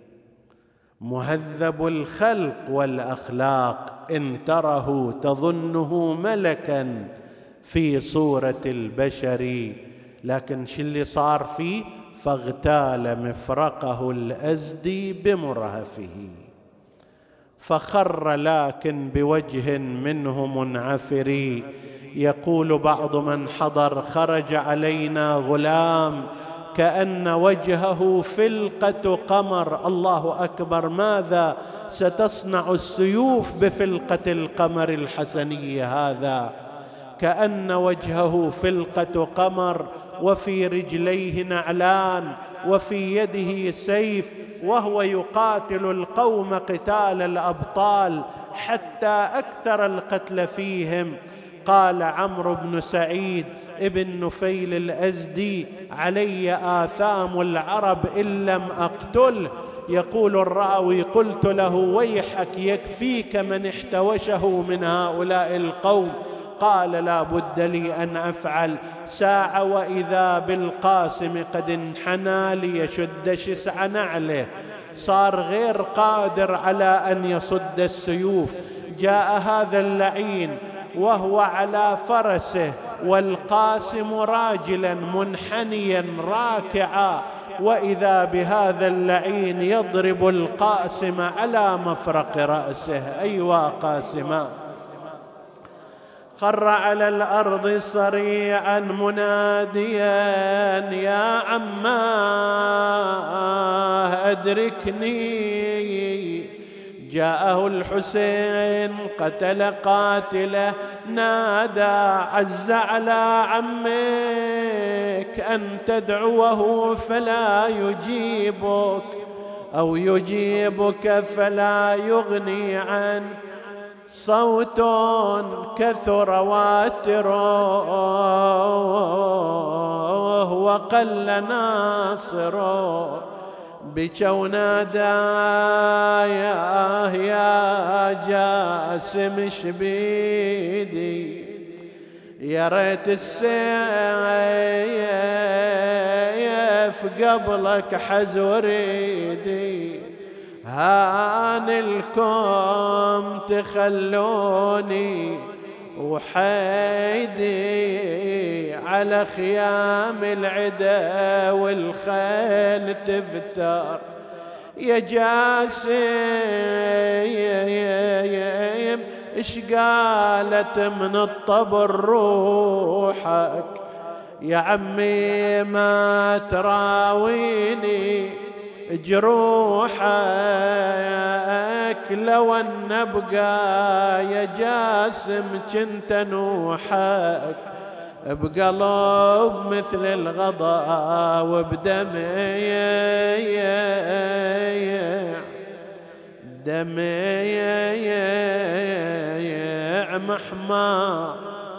مهذب الخلق والأخلاق، إن تره تظنه ملكا في صورة البشر، لكن شو اللي صار فيه؟ فاغتال مفرقه الأزدي بمرهفه، فخر لكن بوجه منه منعفر. يقول بعض من حضر: خرج علينا غلام كأن وجهه فلقة قمر. الله أكبر، ماذا ستصنع السيوف بفلقة القمر الحسني هذا؟ كأن وجهه فلقة قمر، وفي رجليه نعلان، وفي يده سيف، وهو يقاتل القوم قتال الأبطال حتى أكثر القتل فيهم. قال عمرو بن سعيد ابن نفيل الأزدي: علي آثام العرب إن لم أقتله. يقول الراوي: قلت له: ويحك، يكفيك من احتوشه من هؤلاء القوم. قال: لا بد لي أن أفعل. ساعة وإذا بالقاسم قد انحنى ليشد شسع نعله، صار غير قادر على أن يصد السيوف. جاء هذا اللعين وهو على فرسه، والقاسم راجلا منحنيا راكعا، وإذا بهذا اللعين يضرب القاسم على مفرق رأسه. أيوا قاسما! خر على الأرض صريعا مناديا: يا عماه أدركني. جاءه الحسين قتل قاتله، نادى: عز على عمك أن تدعوه فلا يجيبك، أو يجيبك فلا يغني عنك. صوت كثر واتره وقل ناصره، بكوا نادى: يا جاسم شبيدي، يا ريت السيف قبلك حزوريدي، هانلكم تخلوني وحيدي على خيام العدا والخيل تفتر. يا جاسم اش قالت من الطبر روحك؟ يا عمي ما تراويني جروحك، لو ان ابقى يا جاسم كنت نوحك، بقلب مثل الغضا وبدمي محمى،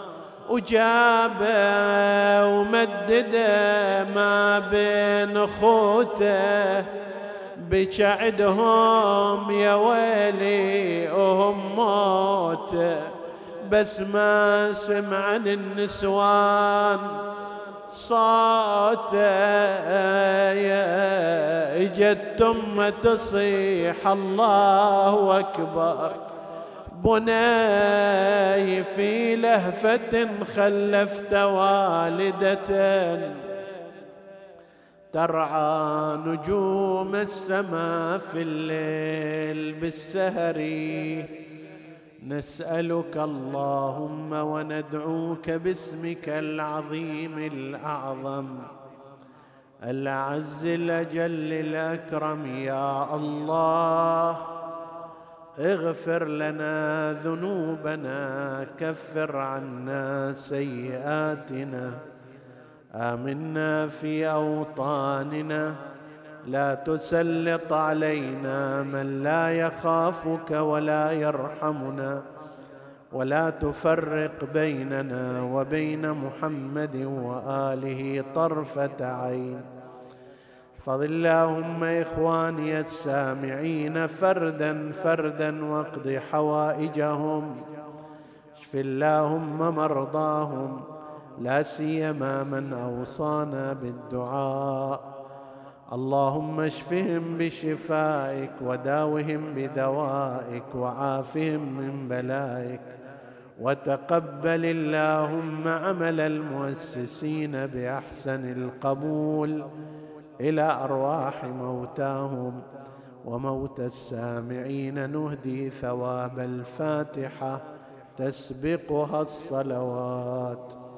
وجابه ومدده ما بين خوته، بجعدهم يا ويلي وهم موته. بس ما سمع عن النسوان صوته، اجت ثم تصيح الله أكبر. بني في لهفة خلفت والدة، ترعى نجوم السماء في الليل بالسهر. نسألك اللهم وندعوك باسمك العظيم الأعظم الأعز الأجل الأكرم. يا الله اغفر لنا ذنوبنا، كفر عنا سيئاتنا، آمنا في أوطاننا، لا تسلط علينا من لا يخافك ولا يرحمنا، ولا تفرق بيننا وبين محمد وآله طرفة عين. احفظ اللهم إخواني السامعين فردا فردا واقض حوائجهم، اشف اللهم مرضاهم، لا سيما من أوصانا بالدعاء. اللهم اشفهم بشفائك وداوهم بدوائك وعافهم من بلائك، وتقبل اللهم عمل المؤسسين بأحسن القبول إلى أرواح موتاهم وموتى السامعين. نهدي ثواب الفاتحة تسبقها الصلوات.